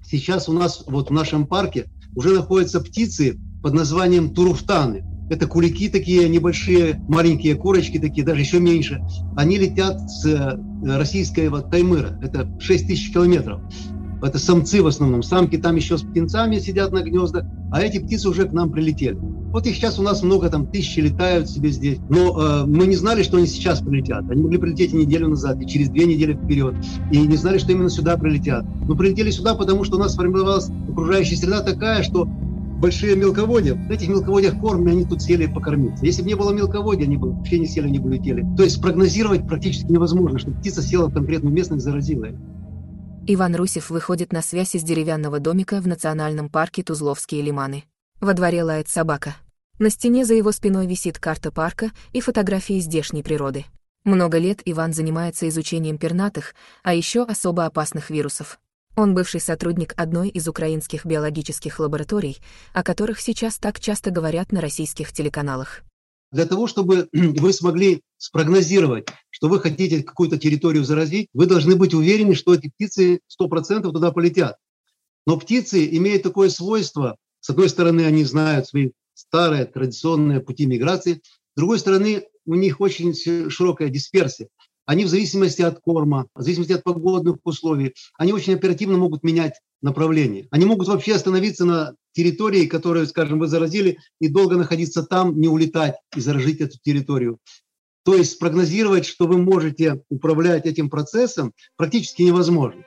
Сейчас у нас вот в нашем парке уже находятся птицы под названием туруфтаны. Это кулики такие небольшие, маленькие курочки такие, даже еще меньше. Они летят с российского Таймыра. Это 6 тысяч километров. Это самцы в основном. Самки там еще с птенцами сидят на гнездах, а эти птицы уже к нам прилетели. Вот их сейчас у нас много, там тысячи летают себе здесь. Но мы не знали, что они сейчас прилетят. Они могли прилететь и неделю назад, и через 2 недели вперед. И не знали, что именно сюда прилетят. Но прилетели сюда, потому что у нас сформировалась окружающая среда такая, что большие мелководья, в этих мелководьях корм, и они тут сели покормиться. Если бы не было мелководья, они бы вообще не сели, они бы летели. То есть спрогнозировать практически невозможно, чтобы птица села в конкретную местность и заразила ее. Иван Русев выходит на связь из деревянного домика в национальном парке Тузловские лиманы. Во дворе лает собака. На стене за его спиной висит карта парка и фотографии здешней природы. Много лет Иван занимается изучением пернатых, а еще особо опасных вирусов. Он бывший сотрудник одной из украинских биологических лабораторий, о которых сейчас так часто говорят на российских телеканалах. Для того, чтобы вы смогли спрогнозировать, что вы хотите какую-то территорию заразить, вы должны быть уверены, что эти птицы 100% туда полетят. Но птицы имеют такое свойство. С одной стороны, они знают свои старые традиционные пути миграции. С другой стороны, у них очень широкая дисперсия. Они в зависимости от корма, в зависимости от погодных условий, они очень оперативно могут менять направление. Они могут вообще остановиться на территории, которую, скажем, вы заразили, и долго находиться там, не улетать и заразить эту территорию. То есть спрогнозировать, что вы можете управлять этим процессом, практически невозможно.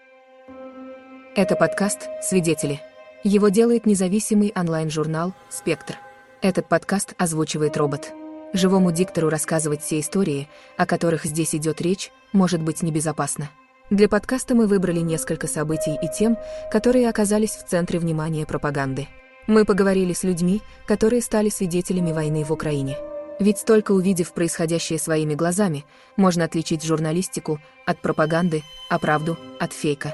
Это подкаст «Свидетели». Его делает независимый онлайн-журнал «Спектр». Этот подкаст озвучивает робот. Живому диктору рассказывать все истории, о которых здесь идет речь, может быть небезопасно. Для подкаста мы выбрали несколько событий и тем, которые оказались в центре внимания пропаганды. Мы поговорили с людьми, которые стали свидетелями войны в Украине. Ведь только увидев происходящее своими глазами, можно отличить журналистику от пропаганды, а правду от фейка.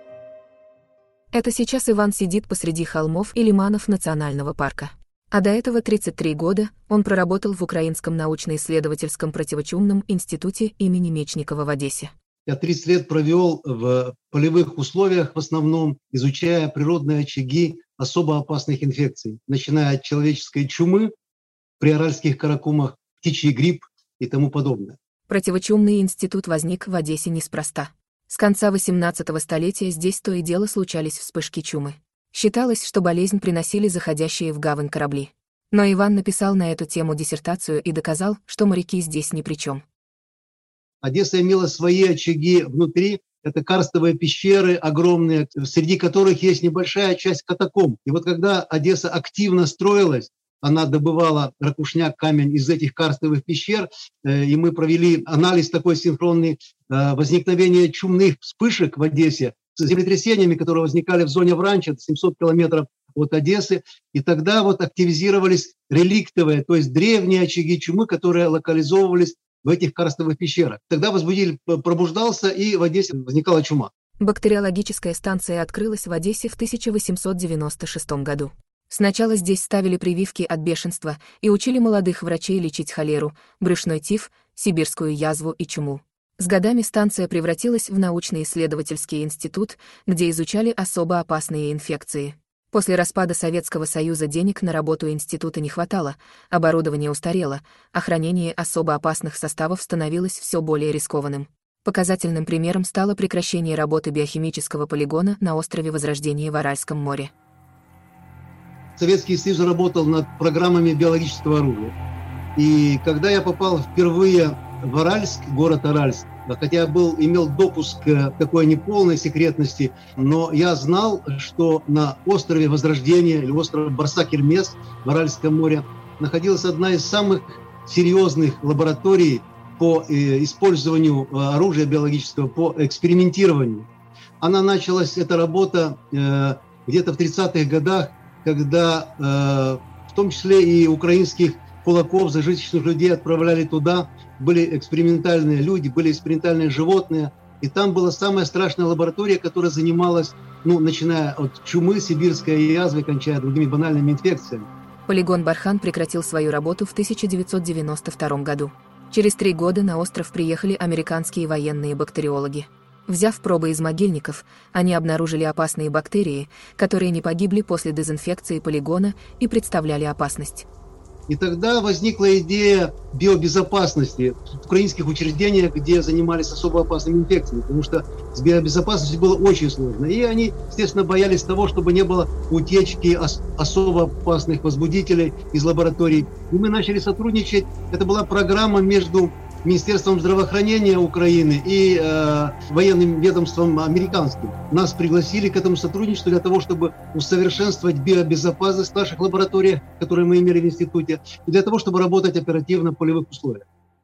Это сейчас Иван сидит посреди холмов и лиманов национального парка. А до этого 33 года он проработал в Украинском научно-исследовательском противочумном институте имени Мечникова в Одессе. Я 30 лет провел в полевых условиях, в основном изучая природные очаги особо опасных инфекций, начиная от человеческой чумы, приоральских каракумах, птичий грипп и тому подобное. Противочумный институт возник в Одессе неспроста. С конца XVIII столетия здесь то и дело случались вспышки чумы. Считалось, что болезнь приносили заходящие в гавань корабли. Но Иван написал на эту тему диссертацию и доказал, что моряки здесь ни при чем. Одесса имела свои очаги внутри. Это карстовые пещеры огромные, среди которых есть небольшая часть катакомб. И вот когда Одесса активно строилась, она добывала ракушняк, камень из этих карстовых пещер, и мы провели анализ такой синхронный возникновения чумных вспышек в Одессе с землетрясениями, которые возникали в зоне Вранча, 700 километров от Одессы. И тогда вот активизировались реликтовые, то есть древние очаги чумы, которые локализовывались в этих карстовых пещерах. Тогда возбудитель пробуждался, и в Одессе возникала чума. Бактериологическая станция открылась в Одессе в 1896 году. Сначала здесь ставили прививки от бешенства и учили молодых врачей лечить холеру, брюшной тиф, сибирскую язву и чуму. С годами станция превратилась в научно-исследовательский институт, где изучали особо опасные инфекции. После распада Советского Союза денег на работу института не хватало, оборудование устарело, а хранение особо опасных составов становилось все более рискованным. Показательным примером стало прекращение работы биохимического полигона на острове Возрождения в Аральском море. Советский Союз работал над программами биологического оружия. И когда я попал впервые в Аральск, город Аральск, хотя имел допуск к такой неполной секретности, но я знал, что на острове Возрождения, или остров Барсак-Эрмес в Аральском море, находилась одна из самых серьезных лабораторий по использованию оружия биологического, по экспериментированию. Она началась, эта работа, где-то в 30-х годах, когда в том числе и украинских кулаков, зажиточных людей отправляли туда. Были экспериментальные люди, были экспериментальные животные. И там была самая страшная лаборатория, которая занималась, начиная от чумы, сибирской язвы, кончая другими банальными инфекциями. Полигон Бархан прекратил свою работу в 1992 году. Через 3 года на остров приехали американские военные бактериологи. Взяв пробы из могильников, они обнаружили опасные бактерии, которые не погибли после дезинфекции полигона и представляли опасность. И тогда возникла идея биобезопасности в украинских учреждениях, где занимались особо опасными инфекциями, потому что с биобезопасностью было очень сложно. И они, естественно, боялись того, чтобы не было утечки особо опасных возбудителей из лабораторий. И мы начали сотрудничать. Это была программа между Министерством здравоохранения Украины и военным ведомством американским. Нас пригласили к этому сотрудничеству для того, чтобы усовершенствовать биобезопасность в наших лабораториях, которые мы имели в институте, и для того, чтобы работать оперативно в полевых условиях.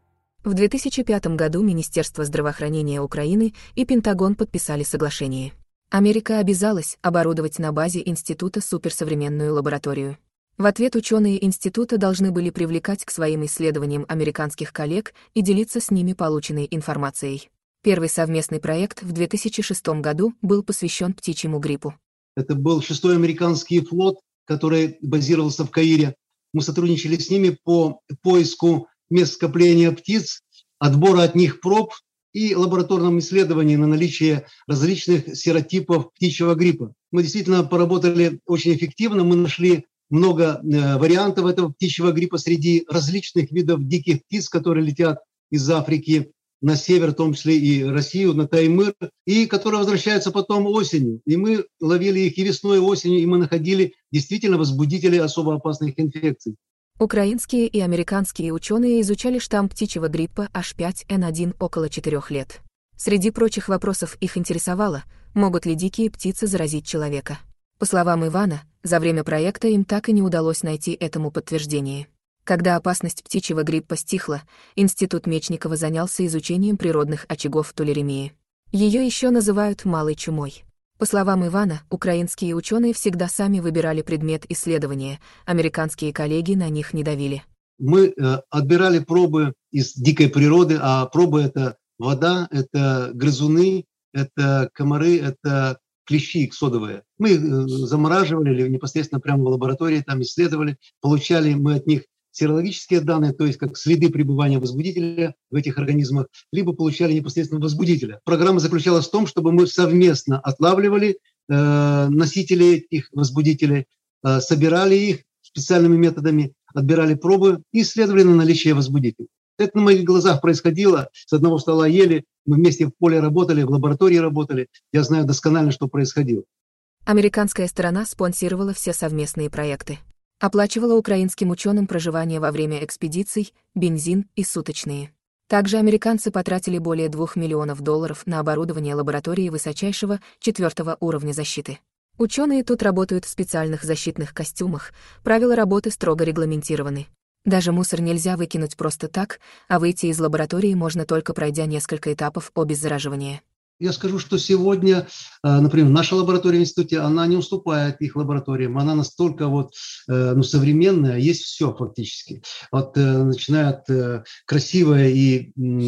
В 2005 году Министерство здравоохранения Украины и Пентагон подписали соглашение. Америка обязалась оборудовать на базе института суперсовременную лабораторию. В ответ ученые института должны были привлекать к своим исследованиям американских коллег и делиться с ними полученной информацией. Первый совместный проект в 2006 году был посвящен птичьему гриппу. Это был 6-й американский флот, который базировался в Каире. Мы сотрудничали с ними по поиску мест скопления птиц, отбора от них проб и лабораторном исследовании на наличие различных серотипов птичьего гриппа. Мы действительно поработали очень эффективно, мы нашли много вариантов этого птичьего гриппа среди различных видов диких птиц, которые летят из Африки на север, в том числе и Россию, на Таймыр, и которые возвращаются потом осенью. И мы ловили их и весной, и осенью, и мы находили действительно возбудители особо опасных инфекций. Украинские и американские ученые изучали штамм птичьего гриппа H5N1 около 4 лет. Среди прочих вопросов их интересовало, могут ли дикие птицы заразить человека. По словам Ивана, за время проекта им так и не удалось найти этому подтверждение. Когда опасность птичьего гриппа стихла, Институт Мечникова занялся изучением природных очагов тулеремии. Ее еще называют «малой чумой». По словам Ивана, украинские ученые всегда сами выбирали предмет исследования, американские коллеги на них не давили. Мы отбирали пробы из дикой природы, а пробы — это вода, это грызуны, это комары, это клещи содовые. Мы их замораживали или непосредственно прямо в лаборатории там исследовали, получали мы от них серологические данные, то есть как следы пребывания возбудителя в этих организмах, либо получали непосредственно возбудителя. Программа заключалась в том, чтобы мы совместно отлавливали носителей этих возбудителей, собирали их специальными методами, отбирали пробы и исследовали на наличие возбудителей. Это на моих глазах происходило. С одного стола ели, мы вместе в поле работали, в лаборатории работали. Я знаю досконально, что происходило. Американская сторона спонсировала все совместные проекты. Оплачивала украинским ученым проживание во время экспедиций, бензин и суточные. Также американцы потратили более $2 миллионов на оборудование лаборатории высочайшего 4-го уровня защиты. Ученые тут работают в специальных защитных костюмах, правила работы строго регламентированы. Даже мусор нельзя выкинуть просто так, а выйти из лаборатории можно только пройдя несколько этапов обеззараживания. Я скажу, что сегодня, например, наша лаборатория в институте, она не уступает их лабораториям. Она настолько современная, есть все фактически. Начиная от красивой и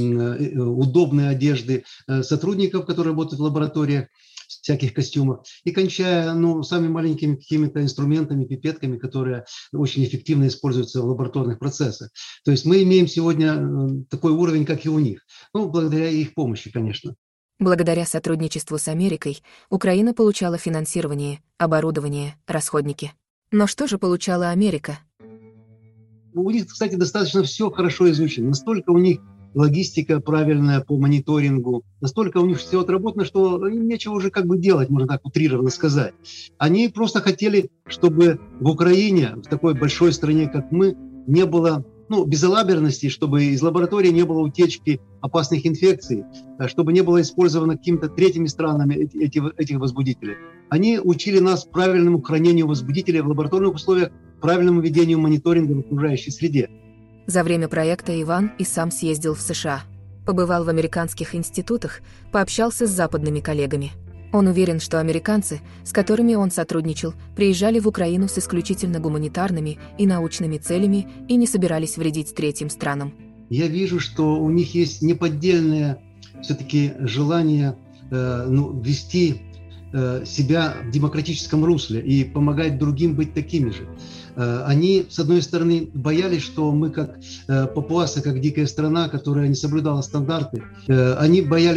удобной одежды сотрудников, которые работают в лабораториях, всяких костюмов, и кончая самыми маленькими какими-то инструментами, пипетками, которые очень эффективно используются в лабораторных процессах. То есть мы имеем сегодня такой уровень, как и у них. Благодаря их помощи, конечно. Благодаря сотрудничеству с Америкой, Украина получала финансирование, оборудование, расходники. Но что же получала Америка? У них, кстати, достаточно все хорошо изучено. Настолько у них логистика правильная по мониторингу, настолько у них все отработано, что им нечего уже делать, можно так утрированно сказать. Они просто хотели, чтобы в Украине, в такой большой стране, как мы, не было безалаберности, чтобы из лаборатории не было утечки опасных инфекций, чтобы не было использовано какими-то третьими странами этих возбудителей. Они учили нас правильному хранению возбудителей в лабораторных условиях, правильному ведению мониторинга в окружающей среде. За время проекта Иван и сам съездил в США. Побывал в американских институтах, пообщался с западными коллегами. Он уверен, что американцы, с которыми он сотрудничал, приезжали в Украину с исключительно гуманитарными и научными целями и не собирались вредить третьим странам. Я вижу, что у них есть неподдельное все-таки желание вести себя в демократическом русле и помогать другим быть такими же. Они, с одной стороны, боялись, что мы, как папуасы, как дикая страна, которая не соблюдала стандарты, они боялись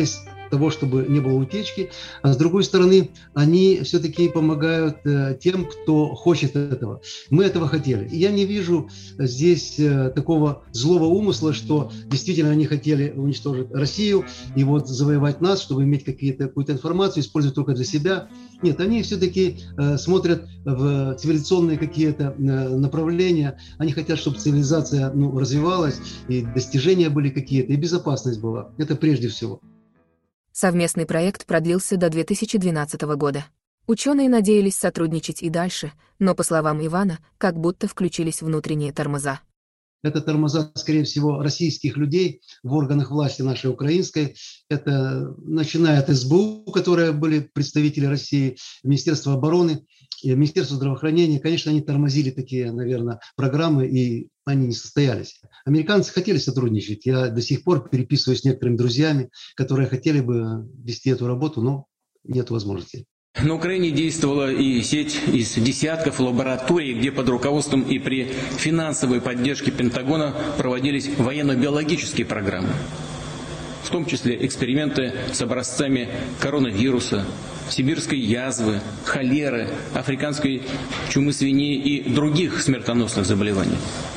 того, чтобы не было утечки, а с другой стороны, они все-таки помогают тем, кто хочет этого. Мы этого хотели. И я не вижу здесь такого злого умысла, что действительно они хотели уничтожить Россию и вот завоевать нас, чтобы иметь какую-то информацию, использовать только для себя. Нет, они все-таки смотрят в цивилизационные какие-то направления. Они хотят, чтобы цивилизация развивалась, и достижения были какие-то, и безопасность была. Это прежде всего. Совместный проект продлился до 2012 года. Ученые надеялись сотрудничать и дальше, но, по словам Ивана, как будто включились внутренние тормоза. Это тормоза, скорее всего, российских людей в органах власти нашей украинской. Это начиная от СБУ, которые были представители России, Министерство обороны, Министерство здравоохранения. Конечно, они тормозили такие, наверное, программы, и они не состоялись. Американцы хотели сотрудничать. Я до сих пор переписываюсь с некоторыми друзьями, которые хотели бы вести эту работу, но нет возможности. На Украине действовала и сеть из десятков лабораторий, где под руководством и при финансовой поддержке Пентагона проводились военно-биологические программы. В том числе эксперименты с образцами коронавируса, сибирской язвы, холеры, африканской чумы свиней и других смертоносных заболеваний.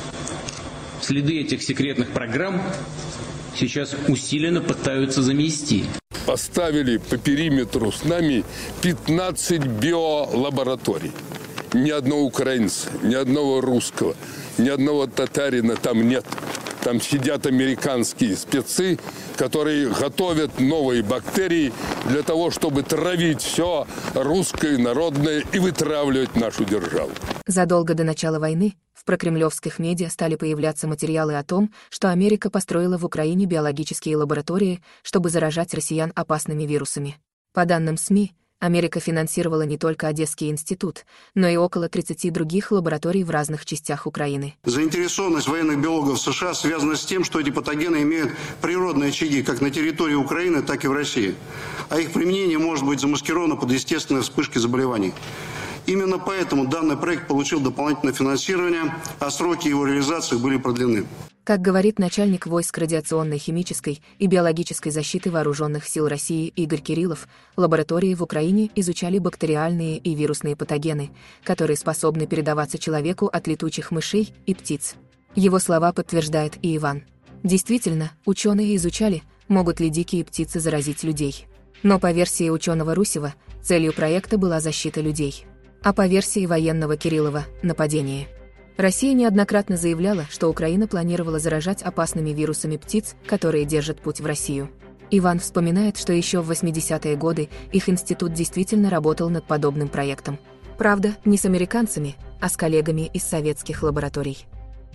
Следы этих секретных программ сейчас усиленно пытаются замести. Поставили по периметру с нами 15 биолабораторий. Ни одного украинца, ни одного русского, ни одного татарина там нет. Там сидят американские спецы, которые готовят новые бактерии для того, чтобы травить все русское, народное и вытравливать нашу державу. Задолго до начала войны в прокремлевских медиа стали появляться материалы о том, что Америка построила в Украине биологические лаборатории, чтобы заражать россиян опасными вирусами. По данным СМИ, Америка финансировала не только Одесский институт, но и около 30 других лабораторий в разных частях Украины. Заинтересованность военных биологов США связана с тем, что эти патогены имеют природные очаги как на территории Украины, так и в России. А их применение может быть замаскировано под естественные вспышки заболеваний. Именно поэтому данный проект получил дополнительное финансирование, а сроки его реализации были продлены. Как говорит начальник войск радиационной, химической и биологической защиты Вооруженных сил России Игорь Кириллов, лаборатории в Украине изучали бактериальные и вирусные патогены, которые способны передаваться человеку от летучих мышей и птиц. Его слова подтверждает и Иван. Действительно, ученые изучали, могут ли дикие птицы заразить людей. Но по версии ученого Русева, целью проекта была защита людей. А по версии военного Кириллова – нападение. Россия неоднократно заявляла, что Украина планировала заражать опасными вирусами птиц, которые держат путь в Россию. Иван вспоминает, что еще в 80-е годы их институт действительно работал над подобным проектом. Правда, не с американцами, а с коллегами из советских лабораторий.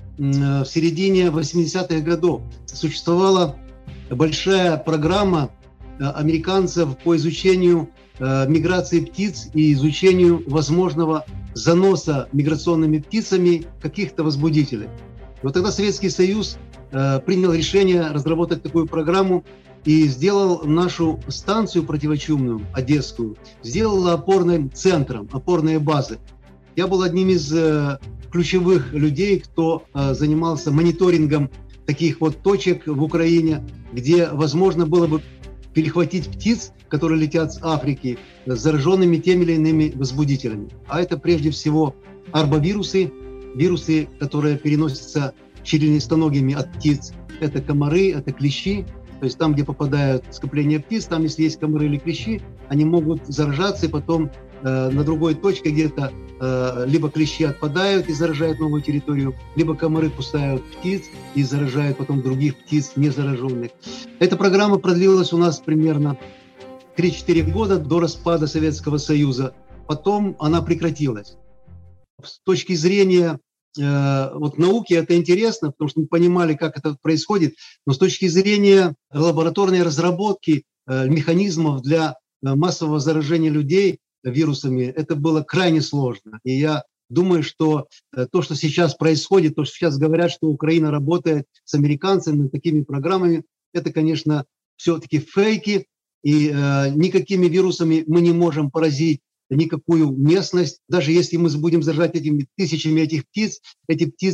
В середине 80-х годов существовала большая программа американцев по изучению миграции птиц и изучению возможного заноса миграционными птицами каких-то возбудителей. Вот тогда Советский Союз принял решение разработать такую программу и сделал нашу станцию противочумную, Одесскую, сделал опорным центром, опорные базы. Я был одним из ключевых людей, кто занимался мониторингом таких вот точек в Украине, где возможно было бы перехватить птиц, которые летят с Африки, с зараженными теми или иными возбудителями. А это прежде всего арбовирусы, вирусы, которые переносятся членистоногими от птиц. Это комары, это клещи. То есть там, где попадают скопления птиц, там, если есть комары или клещи, они могут заражаться, и потом на другой точке где-то либо клещи отпадают и заражают новую территорию, либо комары кусают птиц и заражают потом других птиц, не зараженных. Эта программа продлилась у нас примерно 3-4 года до распада Советского Союза. Потом она прекратилась. С точки зрения науки это интересно, потому что мы понимали, как это происходит, но с точки зрения лабораторной разработки механизмов для массового заражения людей вирусами, это было крайне сложно. И я думаю, что то, что сейчас происходит, то, что сейчас говорят, что Украина работает с американцами над такими программами, это, конечно, все-таки фейки, и никакими вирусами мы не можем поразить никакую местность. Даже если мы будем заражать этими тысячами этих птиц, эти птицы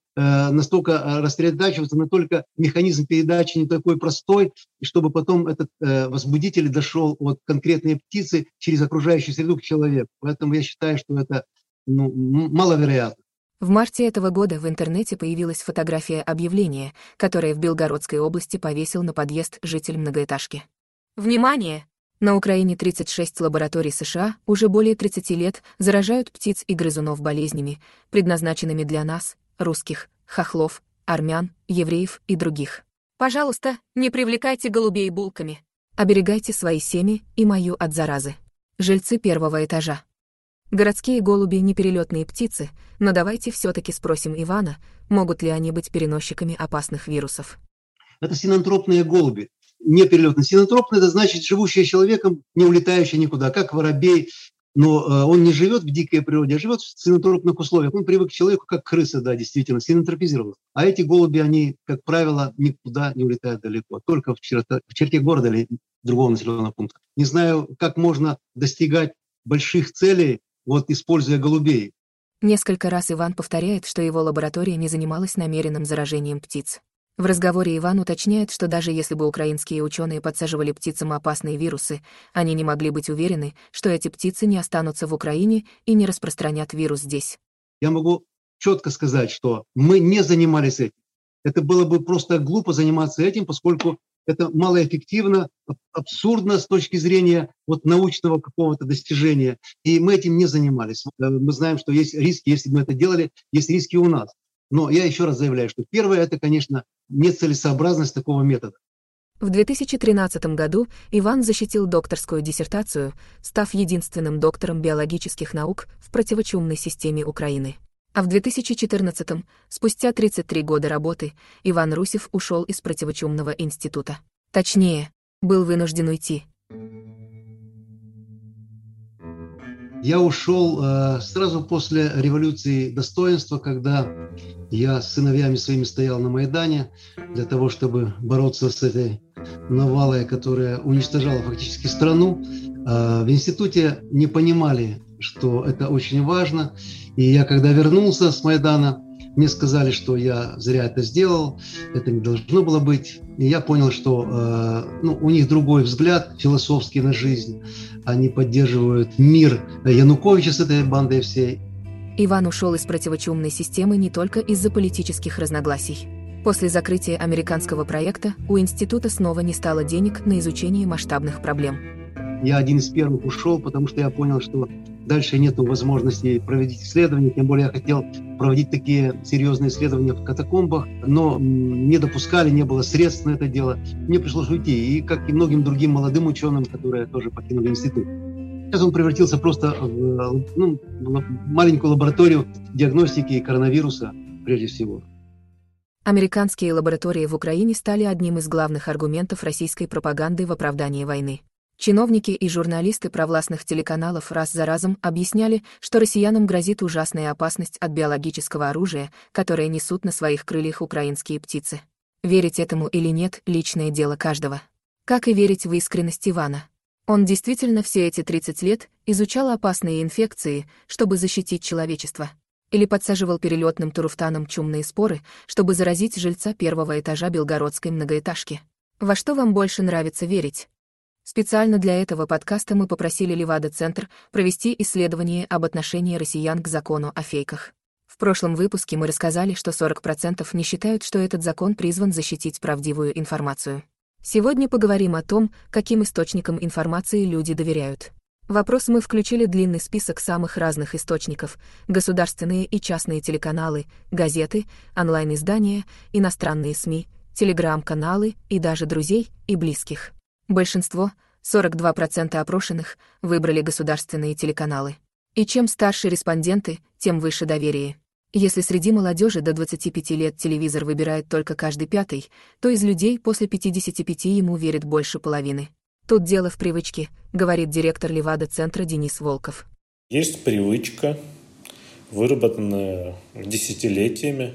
настолько рассредотачиваться, настолько механизм передачи не такой простой, и чтобы потом этот возбудитель дошел от конкретной птицы через окружающую среду к человеку. Поэтому я считаю, что это маловероятно. В марте этого года в интернете появилась фотография объявления, которое в Белгородской области повесил на подъезд житель многоэтажки. Внимание! На Украине 36 лабораторий США уже более 30 лет заражают птиц и грызунов болезнями, предназначенными для нас, русских, хохлов, армян, евреев и других. Пожалуйста, не привлекайте голубей булками. Оберегайте свои семьи и мою от заразы. Жильцы первого этажа. Городские голуби — неперелетные птицы, но давайте все-таки спросим Ивана, могут ли они быть переносчиками опасных вирусов. Это синантропные голуби. Неперелетные. Синантропные — это значит живущие человеком, не улетающие никуда, как воробей. Но он не живет в дикой природе, а живет в синантропных условиях. Он привык к человеку, как крыса, да, действительно, синантропизировался. А эти голуби, они, как правило, никуда не улетают далеко, только в черте города или другого населенного пункта. Не знаю, как можно достигать больших целей, используя голубей. Несколько раз Иван повторяет, что его лаборатория не занималась намеренным заражением птиц. В разговоре Иван уточняет, что даже если бы украинские ученые подсаживали птицам опасные вирусы, они не могли быть уверены, что эти птицы не останутся в Украине и не распространят вирус здесь. Я могу четко сказать, что мы не занимались этим. Это было бы просто глупо заниматься этим, поскольку это малоэффективно, абсурдно с точки зрения научного какого-то достижения. И мы этим не занимались. Мы знаем, что есть риски, если бы мы это делали, есть риски у нас. Но я еще раз заявляю, что первое – это, конечно, нецелесообразность такого метода. В 2013 году Иван защитил докторскую диссертацию, став единственным доктором биологических наук в противочумной системе Украины. А в 2014, спустя 33 года работы, Иван Русев ушел из противочумного института. Точнее, был вынужден уйти. Я ушел сразу после революции достоинства, когда я с сыновьями своими стоял на Майдане для того, чтобы бороться с этой навалой, которая уничтожала фактически страну. В институте не понимали, что это очень важно. И я, когда вернулся с Майдана, мне сказали, что я зря это сделал, это не должно было быть. И я понял, что у них другой взгляд философский на жизнь. Они поддерживают мир Януковича с этой бандой всей. Иван ушел из противочумной системы не только из-за политических разногласий. После закрытия американского проекта у института снова не стало денег на изучение масштабных проблем. Я один из первых ушел, потому что я понял, что дальше нет возможности проводить исследования. Тем более я хотел проводить такие серьезные исследования в катакомбах, но не допускали, не было средств на это дело. Мне пришлось уйти, и как и многим другим молодым ученым, которые тоже покинули институт. Сейчас он превратился просто в маленькую лабораторию диагностики коронавируса прежде всего. Американские лаборатории в Украине стали одним из главных аргументов российской пропаганды в оправдании войны. Чиновники и журналисты провластных телеканалов раз за разом объясняли, что россиянам грозит ужасная опасность от биологического оружия, которое несут на своих крыльях украинские птицы. Верить этому или нет – личное дело каждого. Как и верить в искренность Ивана. Он действительно все эти 30 лет изучал опасные инфекции, чтобы защитить человечество. Или подсаживал перелетным туруфтанам чумные споры, чтобы заразить жильца первого этажа белгородской многоэтажки. Во что вам больше нравится верить? Специально для этого подкаста мы попросили Левада-центр провести исследование об отношении россиян к закону о фейках. В прошлом выпуске мы рассказали, что 40% не считают, что этот закон призван защитить правдивую информацию. Сегодня поговорим о том, каким источникам информации люди доверяют. В вопрос мы включили длинный список самых разных источников: государственные и частные телеканалы, газеты, онлайн-издания, иностранные СМИ, телеграм-каналы и даже друзей и близких. Большинство, 42% опрошенных, выбрали государственные телеканалы. И чем старше респонденты, тем выше доверие. Если среди молодежи до 25 лет телевизор выбирает только каждый пятый, то из людей после 55 ему верит больше половины. Тут дело в привычке, говорит директор Левада-центра Денис Волков. Есть привычка, выработанная десятилетиями,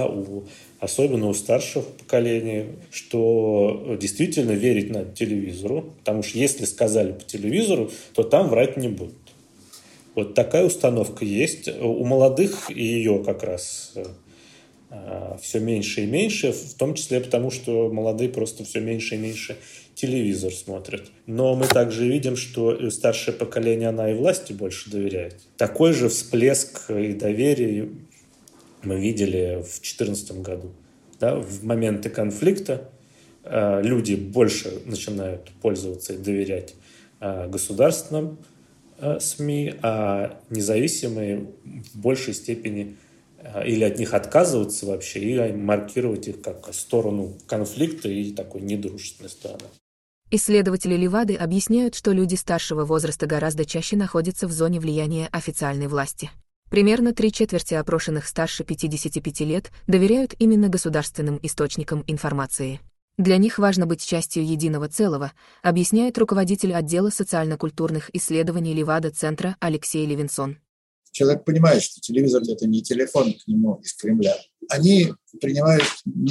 особенно у старшего поколения, что действительно верить надо телевизору, потому что если сказали по телевизору, то там врать не будут. Вот такая установка есть. У молодых ее как раз все меньше и меньше, в том числе потому, что молодые просто все меньше и меньше телевизор смотрят. Но мы также видим, что старшее поколение, она и власти больше доверяет. Такой же всплеск и доверия мы видели в 2014 году. Да, в моменты конфликта люди больше начинают пользоваться и доверять государственным СМИ, а независимые в большей степени или от них отказываться вообще и маркировать их как сторону конфликта и такой недружественной стороны. Исследователи Левады объясняют, что люди старшего возраста гораздо чаще находятся в зоне влияния официальной власти. Примерно 3/4 опрошенных старше 55 лет доверяют именно государственным источникам информации. Для них важно быть частью единого целого, объясняет руководитель отдела социально-культурных исследований Левада-центра Алексей Левинсон. Человек понимает, что телевизор – это не телефон к нему из Кремля. Они принимают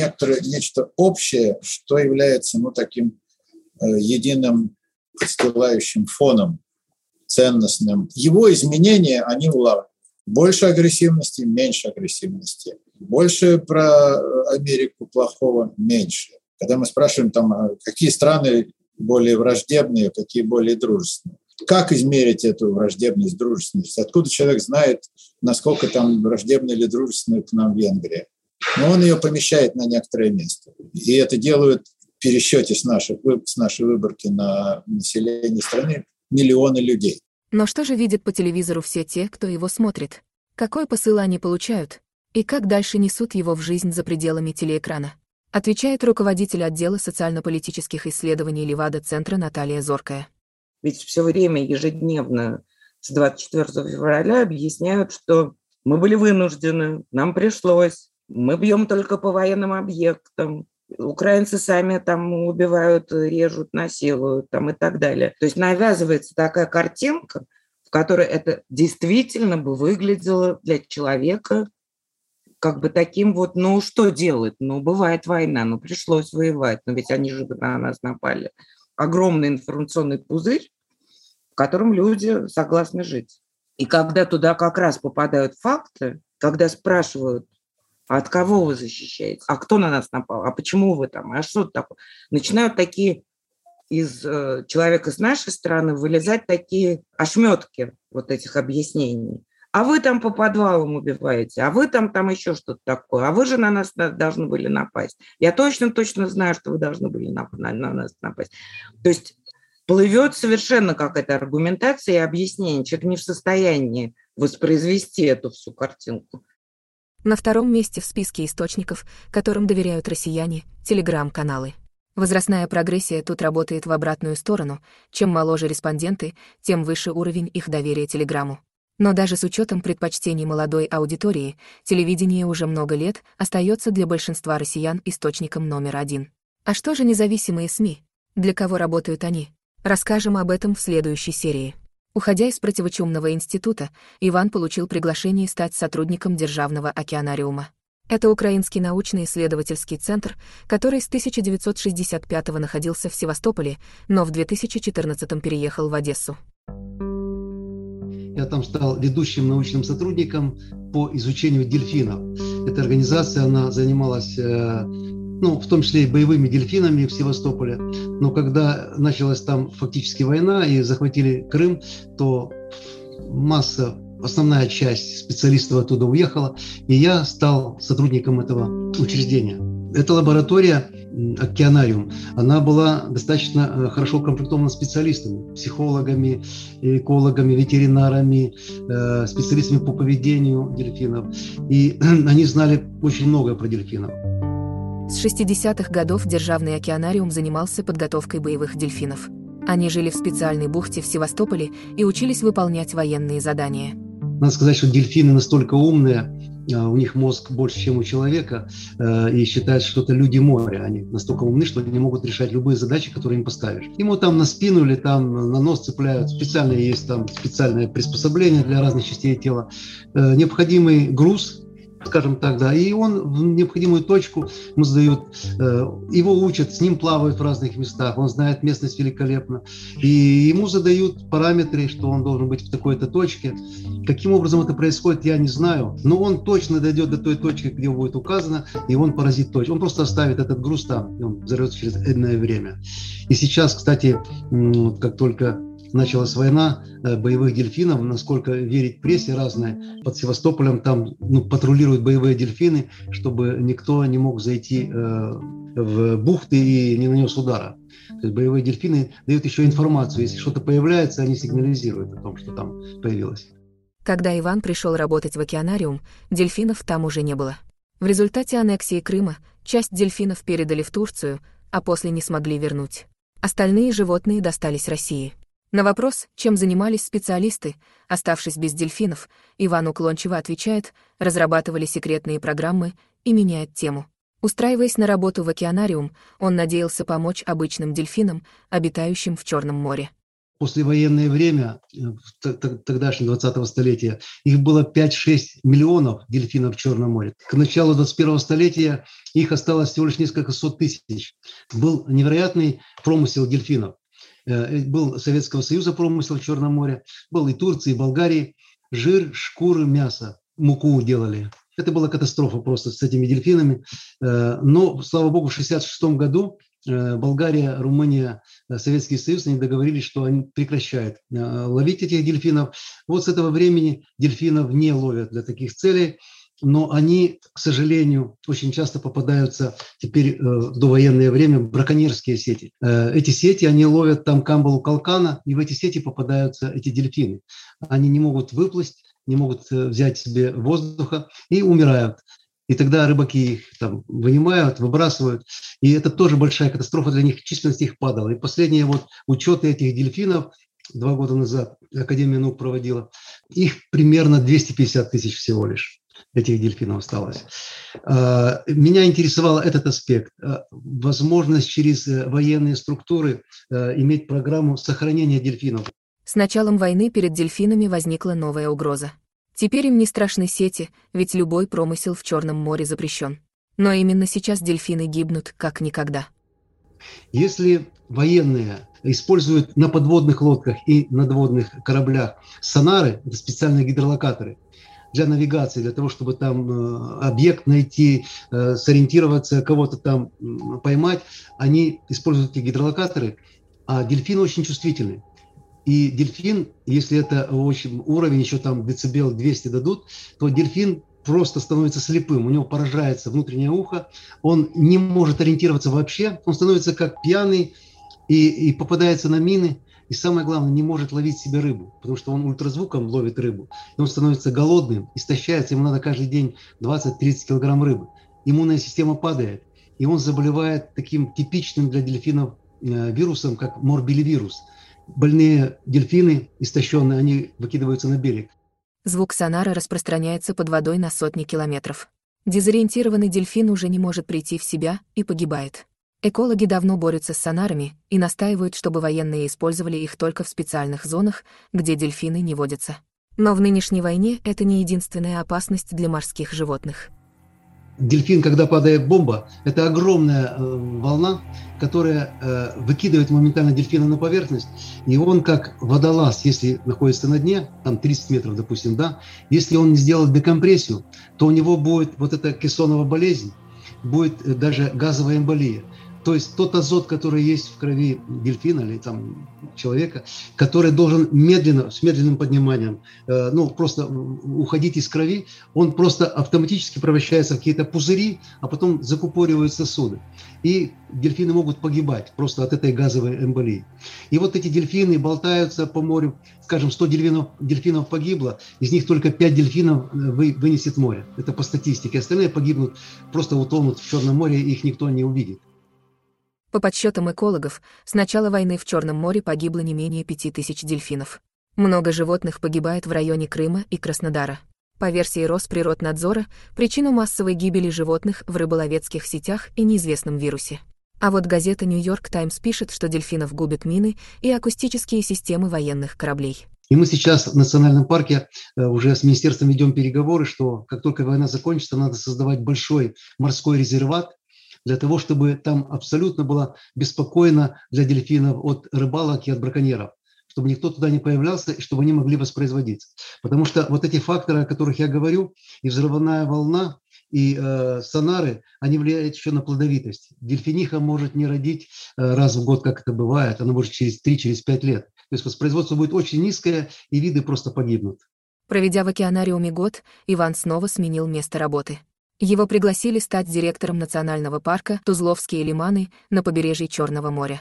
нечто общее, что является таким единым подстилающим фоном, ценностным. Его изменения они улавливают. Больше агрессивности, меньше агрессивности. Больше про Америку плохого, меньше. Когда мы спрашиваем, какие страны более враждебные, какие более дружественные. Как измерить эту враждебность, дружественность? Откуда человек знает, насколько там враждебная или дружественная к нам Венгрия? Но он ее помещает на некоторое место. И это делают в пересчете с нашей выборки на население страны миллионы людей. Но что же видят по телевизору все те, кто его смотрит? Какой посыл они получают? И как дальше несут его в жизнь за пределами телеэкрана? Отвечает руководитель отдела социально-политических исследований Левада-центра Наталья Зоркая. Ведь все время, ежедневно, с 24 февраля объясняют, что мы были вынуждены, нам пришлось, мы бьем только по военным объектам, украинцы сами там убивают, режут, насилуют и так далее. То есть навязывается такая картинка, в которой это действительно бы выглядело для человека как бы таким что делать? Бывает война, пришлось воевать, но ведь они же на нас напали. Огромный информационный пузырь, в котором люди согласны жить. И когда туда как раз попадают факты, когда спрашивают, а от кого вы защищаетесь? А кто на нас напал? А почему вы там? А что такое? Начинают такие из человека с нашей стороны вылезать такие ошметки этих объяснений. А вы там по подвалам убиваете, а вы там еще что-то такое, а вы же на нас должны были напасть. Я точно знаю, что вы должны были на нас напасть. То есть плывет совершенно какая-то аргументация и объяснение. Человек не в состоянии воспроизвести эту всю картинку. На втором месте в списке источников, которым доверяют россияне, телеграм-каналы. Возрастная прогрессия тут работает в обратную сторону. Чем моложе респонденты, тем выше уровень их доверия телеграмму. Но даже с учетом предпочтений молодой аудитории, телевидение уже много лет остается для большинства россиян источником номер один. А что же независимые СМИ? Для кого работают они? Расскажем об этом в следующей серии. Уходя из противочумного института, Иван получил приглашение стать сотрудником Державного океанариума. Это украинский научно-исследовательский центр, который с 1965 находился в Севастополе, но в 2014 переехал в Одессу. Я там стал ведущим научным сотрудником по изучению дельфинов. Эта организация, она занималась, в том числе и боевыми дельфинами в Севастополе. Но когда началась там фактически война и захватили Крым, то основная часть специалистов оттуда уехала, и я стал сотрудником этого учреждения. Эта лаборатория, океанариум, она была достаточно хорошо укомплектована специалистами, психологами, экологами, ветеринарами, специалистами по поведению дельфинов. И они знали очень много про дельфинов. С 60-х годов Державный океанариум занимался подготовкой боевых дельфинов. Они жили в специальной бухте в Севастополе и учились выполнять военные задания. Надо сказать, что дельфины настолько умные, у них мозг больше, чем у человека, и считают, что это люди моря. Они настолько умны, что они могут решать любые задачи, которые им поставишь. Ему там на спину или там на нос цепляют. Есть там специальное приспособление для разных частей тела. Необходимый груз скажем так, да. И он в необходимую точку ему задают, его учат, с ним плавают в разных местах, он знает местность великолепно. И ему задают параметры, что он должен быть в такой-то точке. Каким образом это происходит, я не знаю. Но он точно дойдет до той точки, где будет указано, и он поразит точку. Он просто оставит этот груз там, и он взорвется через энное время. И сейчас, кстати, как только началась война боевых дельфинов, насколько верить прессе разной, под Севастополем там патрулируют боевые дельфины, чтобы никто не мог зайти в бухты и не нанес удара. То есть боевые дельфины дают еще информацию. Если что-то появляется, они сигнализируют о том, что там появилось. Когда Иван пришел работать в океанариум, дельфинов там уже не было. В результате аннексии Крыма часть дельфинов передали в Турцию, а после не смогли вернуть. Остальные животные достались России. На вопрос, чем занимались специалисты, оставшись без дельфинов, Иван уклончиво отвечает, разрабатывали секретные программы и меняет тему. Устраиваясь на работу в океанариум, он надеялся помочь обычным дельфинам, обитающим в Черном море. Послевоенное время, тогдашнего 20-го столетия, их было 5-6 миллионов дельфинов в Черном море. К началу 21-го столетия их осталось всего лишь несколько сот тысяч. Был невероятный промысел дельфинов. Был Советского Союза промысел в Черном море, был и Турции, и Болгарии. Жир, шкуры, мясо, муку делали. Это была катастрофа просто с этими дельфинами. Но, слава богу, в 1966 году Болгария, Румыния, Советский Союз, они договорились, что они прекращают ловить этих дельфинов. Вот с этого времени дельфинов не ловят для таких целей, но они, к сожалению, очень часто попадаются теперь в довоенное время в браконьерские сети. Эти сети, они ловят там камбалу калкана, и в эти сети попадаются эти дельфины. Они не могут выплыть, не могут взять себе воздуха и умирают. И тогда рыбаки их там вынимают, выбрасывают. И это тоже большая катастрофа для них, численность их падала. И последние вот учеты этих дельфинов 2 года назад Академия наук проводила, их примерно 250 тысяч всего лишь. Этих дельфинов осталось. Меня интересовал этот аспект. Возможность через военные структуры иметь программу сохранения дельфинов. С началом войны перед дельфинами возникла новая угроза. Теперь им не страшны сети, ведь любой промысел в Черном море запрещен. Но именно сейчас дельфины гибнут как никогда. Если военные используют на подводных лодках и надводных кораблях сонары, это специальные гидролокаторы, для навигации, для того, чтобы там объект найти, сориентироваться, кого-то там поймать, они используют эти гидролокаторы, а дельфины очень чувствительны. И дельфин, если это уровень еще там децибел 200 дадут, то дельфин просто становится слепым, у него поражается внутреннее ухо, он не может ориентироваться вообще, он становится как пьяный и попадается на мины. И самое главное, не может ловить себе рыбу, потому что он ультразвуком ловит рыбу. И он становится голодным, истощается, ему надо каждый день 20-30 килограмм рыбы. Иммунная система падает, и он заболевает таким типичным для дельфинов вирусом, как морбилевирус. Больные дельфины, истощенные, они выкидываются на берег. Звук сонара распространяется под водой на сотни километров. Дезориентированный дельфин уже не может прийти в себя и погибает. Экологи давно борются с сонарами и настаивают, чтобы военные использовали их только в специальных зонах, где дельфины не водятся. Но в нынешней войне это не единственная опасность для морских животных. Дельфин, когда падает бомба, это огромная волна, которая выкидывает моментально дельфина на поверхность, и он как водолаз, если находится на дне, там 30 метров, допустим, да, если он не сделает декомпрессию, то у него будет вот эта кессонова болезнь, будет даже газовая эмболия. То есть тот азот, который есть в крови дельфина или там человека, который должен медленно, с медленным подниманием, просто уходить из крови, он просто автоматически превращается в какие-то пузыри, а потом закупоривают сосуды. И дельфины могут погибать просто от этой газовой эмболии. И вот эти дельфины болтаются по морю, скажем, 100 дельфинов погибло, из них только 5 дельфинов вынесет море. Это по статистике. Остальные погибнут, просто утонут в Черном море, и их никто не увидит. По подсчетам экологов, с начала войны в Черном море погибло не менее 5000 дельфинов. Много животных погибает в районе Крыма и Краснодара. По версии Росприроднадзора, причину массовой гибели животных в рыболовецких сетях и неизвестном вирусе. А вот газета «Нью-Йорк Таймс» пишет, что дельфинов губят мины и акустические системы военных кораблей. И мы сейчас в национальном парке уже с министерством ведем переговоры, что как только война закончится, надо создавать большой морской резерват для того, чтобы там абсолютно было беспокойно для дельфинов от рыбалок и от браконьеров, чтобы никто туда не появлялся и чтобы они могли воспроизводиться. Потому что вот эти факторы, о которых я говорю, и взрывная волна, и сонары, они влияют еще на плодовитость. Дельфиниха может не родить раз в год, как это бывает, она может через 3-5 лет. То есть воспроизводство будет очень низкое, и виды просто погибнут. Проведя в океанариуме год, Иван снова сменил место работы. Его пригласили стать директором национального парка Тузловские лиманы на побережье Черного моря.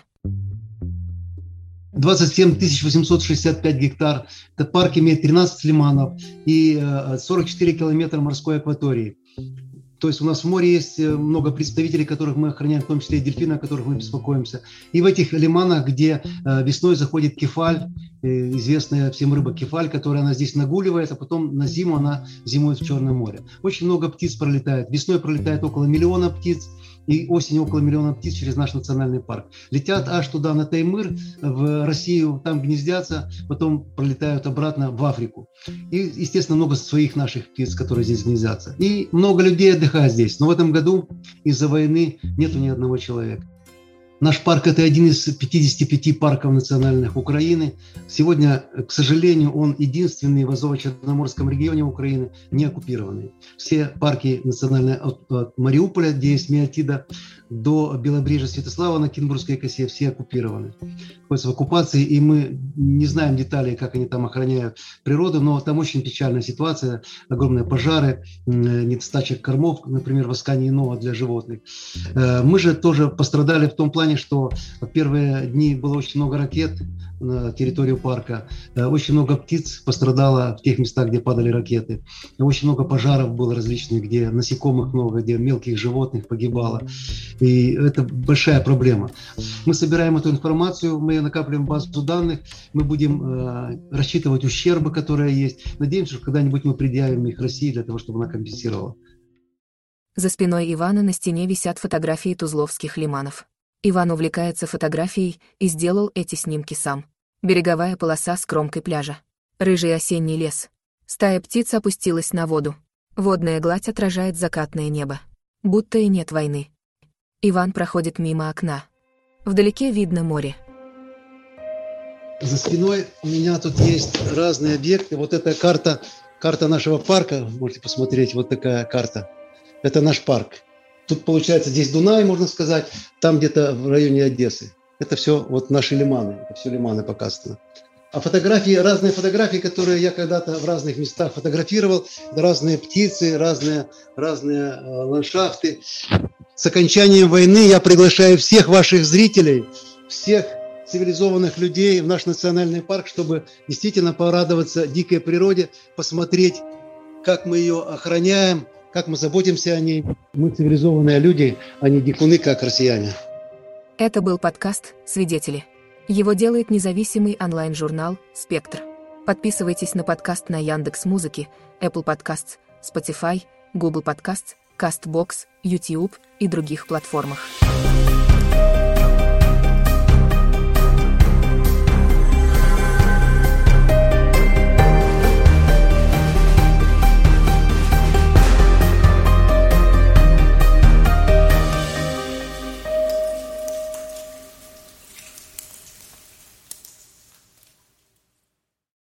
27 865 гектар. Этот парк имеет 13 лиманов и 44 километра морской акватории. То есть у нас в море есть много представителей, которых мы охраняем, в том числе и дельфины, о которых мы беспокоимся. И в этих лиманах, где весной заходит кефаль, известная всем рыба кефаль, которая она здесь нагуливает, а потом на зиму она зимует в Черном море. Очень много птиц пролетает. Весной пролетает около 1 миллиона птиц, и осенью около 1 миллиона птиц через наш национальный парк. Летят аж туда, на Таймыр, в Россию, там гнездятся, потом пролетают обратно в Африку. И, естественно, много своих наших птиц, которые здесь гнездятся. И много людей отдыхает здесь. Но в этом году из-за войны нету ни одного человека. Наш парк – это один из 55 парков национальных Украины. Сегодня, к сожалению, он единственный в Азово-Черноморском регионе Украины не оккупированный. Все парки национальные от Мариуполя, где есть Миотида, до Белобрежья Святослава на Кенбургской косе все оккупированы. Находятся в оккупации, и мы не знаем деталей, как они там охраняют природу, но там очень печальная ситуация, огромные пожары, недостача кормов, например, воскания иного для животных. Мы же тоже пострадали в том плане, что в первые дни было очень много ракет на территорию парка, очень много птиц пострадало в тех местах, где падали ракеты, очень много пожаров было различных, где насекомых много, где мелких животных погибало. И это большая проблема. Мы собираем эту информацию, мы накапливаем базу данных, мы будем рассчитывать ущербы, которые есть. Надеемся, что когда-нибудь мы предъявим их России для того, чтобы она компенсировала. За спиной Ивана на стене висят фотографии Тузловских лиманов. Иван увлекается фотографией и сделал эти снимки сам. Береговая полоса с кромкой пляжа. Рыжий осенний лес. Стая птиц опустилась на воду. Водная гладь отражает закатное небо. Будто и нет войны. Иван проходит мимо окна. Вдалеке видно море. За спиной у меня тут есть разные объекты. Вот эта карта нашего парка. Можете посмотреть, вот такая карта. Это наш парк. Тут получается здесь Дунай, можно сказать, там где-то в районе Одессы. Это все вот наши лиманы, это все лиманы показано. А фотографии, разные фотографии, которые я когда-то в разных местах фотографировал, разные птицы, разные ландшафты. С окончанием войны я приглашаю всех ваших зрителей, всех цивилизованных людей в наш национальный парк, чтобы действительно порадоваться дикой природе, посмотреть, как мы ее охраняем, как мы заботимся о ней. Мы цивилизованные люди, а не дикуны, как россияне. Это был подкаст «Свидетели». Его делает независимый онлайн-журнал «Спектр». Подписывайтесь на подкаст на Яндекс.Музыке, Apple Podcasts, Spotify, Google Podcasts, CastBox, YouTube и других платформах.